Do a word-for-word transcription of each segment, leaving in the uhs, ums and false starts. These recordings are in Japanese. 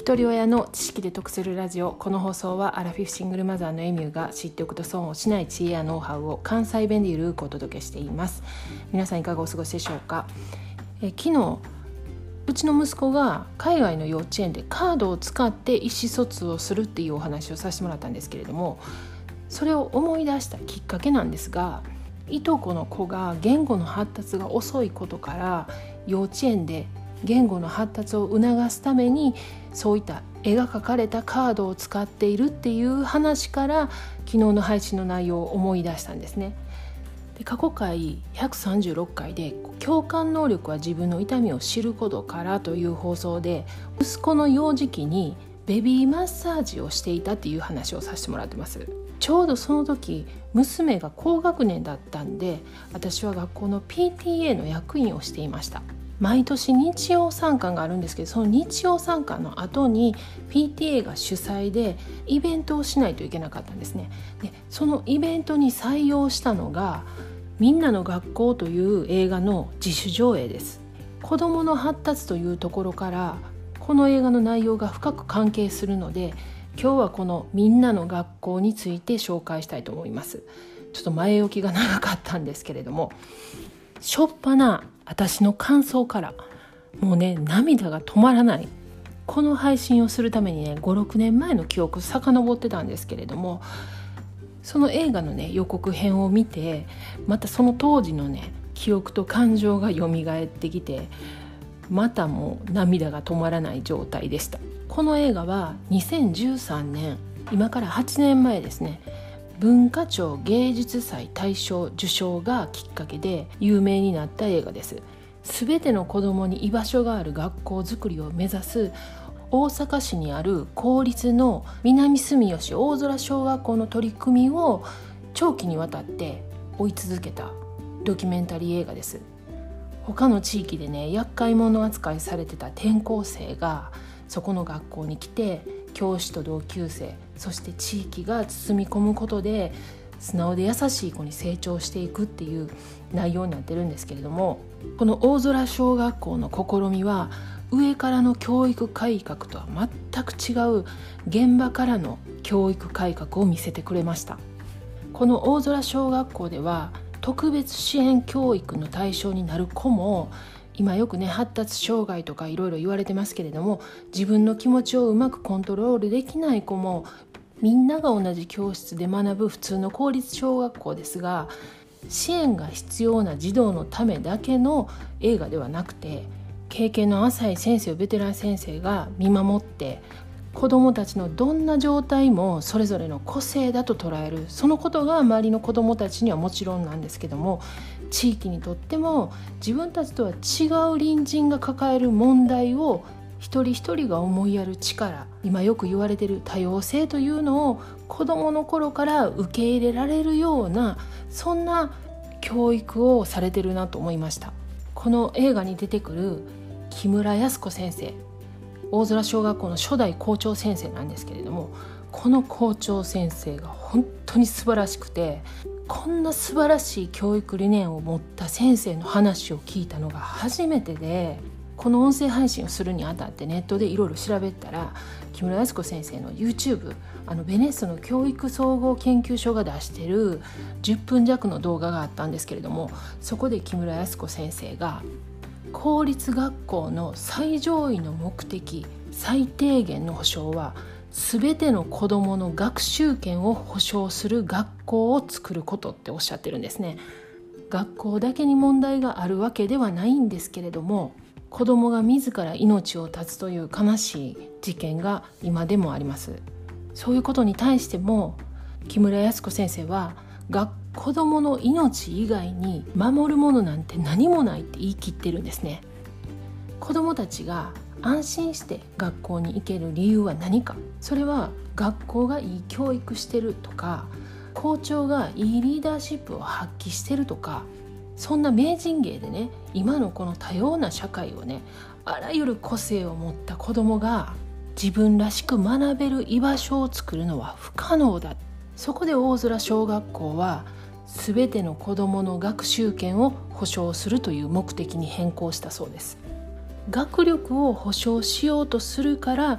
一人親の知識で得するラジオ。この放送はアラフィフシングルマザーのエミューが知っておくと損をしない知恵やノウハウを関西弁でゆるくお届けしています。皆さんいかがお過ごしでしょうか。え昨日うちの息子が海外の幼稚園でカードを使って意思疎通をするっていうお話をさせてもらったんですけれども、それを思い出したきっかけなんですが、いとこの子が言語の発達が遅いことから幼稚園で言語の発達を促すためにそういった絵が描かれたカードを使っているっていう話から昨日の配信の内容を思い出したんですね。で過去回ひゃくさんじゅうろっかいで共感能力は自分の痛みを知ることからという放送で、息子の幼児期にベビーマッサージをしていたっていう話をさせてもらってます。ちょうどその時娘が高学年だったんで、私は学校の ピーティーエー の役員をしていました。毎年日曜参観があるんですけど、その日曜参観の後に ピーティーエー が主催でイベントをしないといけなかったんですね。でそのイベントに採用したのがみんなの学校という映画の自主上映です。子どもの発達というところからこの映画の内容が深く関係するので、今日はこのみんなの学校について紹介したいと思います。ちょっと前置きが長かったんですけれども、しょっぱな私の感想からもうね涙が止まらない。この配信をするためにねごろくねんまえの記憶遡ってたんですけれども、その映画のね予告編を見て、またその当時のね記憶と感情が蘇ってきて、またもう涙が止まらない状態でした。この映画はにせんじゅうさんねん、今からはちねんまえですね、文化庁芸術祭大賞受賞がきっかけで有名になった映画です。すべての子どもに居場所がある学校づくりを目指す大阪市にある公立の南住吉大空小学校の取り組みを長期にわたって追い続けたドキュメンタリー映画です。他の地域でね厄介者扱いされてた転校生がそこの学校に来て、教師と同級生、そして地域が包み込むことで素直で優しい子に成長していくっていう内容になってるんですけれども、この大空小学校の試みは上からの教育改革とは全く違う現場からの教育改革を見せてくれました。この大空小学校では特別支援教育の対象になる子も、今よくね発達障害とかいろいろ言われてますけれども、自分の気持ちをうまくコントロールできない子もみんなが同じ教室で学ぶ普通の公立小学校ですが、支援が必要な児童のためだけの映画ではなくて、経験の浅い先生ベテラン先生が見守って子どもたちのどんな状態もそれぞれの個性だと捉える、そのことが周りの子どもたちにはもちろんなんですけども、地域にとっても自分たちとは違う隣人が抱える問題を一人一人が思いやる力、今よく言われている多様性というのを子どもの頃から受け入れられるような、そんな教育をされてるなと思いました。この映画に出てくる木村泰子先生、大空小学校の初代校長先生なんですけれども、この校長先生が本当に素晴らしくて、こんな素晴らしい教育理念を持った先生の話を聞いたのが初めてで、この音声配信をするにあたってネットでいろいろ調べたら、木村泰子先生の YouTube、 あのベネッセの教育総合研究所が出しているじゅっぷん弱の動画があったんですけれども、そこで木村泰子先生が公立学校の最上位の目的、最低限の保障はすべての子どもの学習権を保障する学校を作ることっておっしゃってるんですね。学校だけに問題があるわけではないんですけれども、子どもが自ら命を絶つという悲しい事件が今でもあります。そういうことに対しても木村泰子先生は、学子どもの命以外に守るものなんて何もないって言い切ってるんですね。子どもたちが安心して学校に行ける理由は何か、それは学校がいい教育してるとか、校長がいいリーダーシップを発揮してるとか、そんな名人芸でね、今のこの多様な社会をね、あらゆる個性を持った子どもが自分らしく学べる居場所を作るのは不可能だ。そこで大空小学校はすべての子どもの学習権を保障するという目的に変更したそうです。学力を保障しようとするから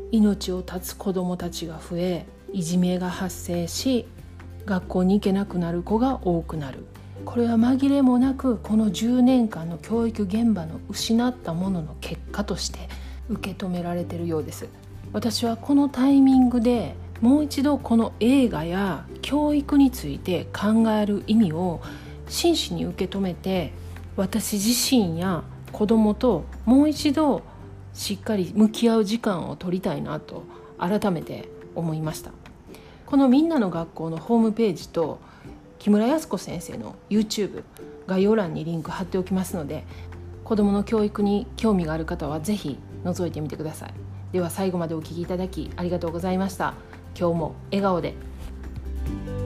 命を絶つ子どもたちが増え、いじめが発生し、学校に行けなくなる子が多くなる。これは紛れもなくこのじゅうねんかんの教育現場の失ったものの結果として受け止められているようです。私はこのタイミングでもう一度この映画や教育について考える意味を真摯に受け止めて、私自身や子どもともう一度しっかり向き合う時間を取りたいなと改めて思いました。このみんなの学校のホームページと木村泰子先生の YouTube 概要欄にリンク貼っておきますので、子どもの教育に興味がある方はぜひ覗いてみてください。では最後までお聞きいただきありがとうございました。今日も笑顔で。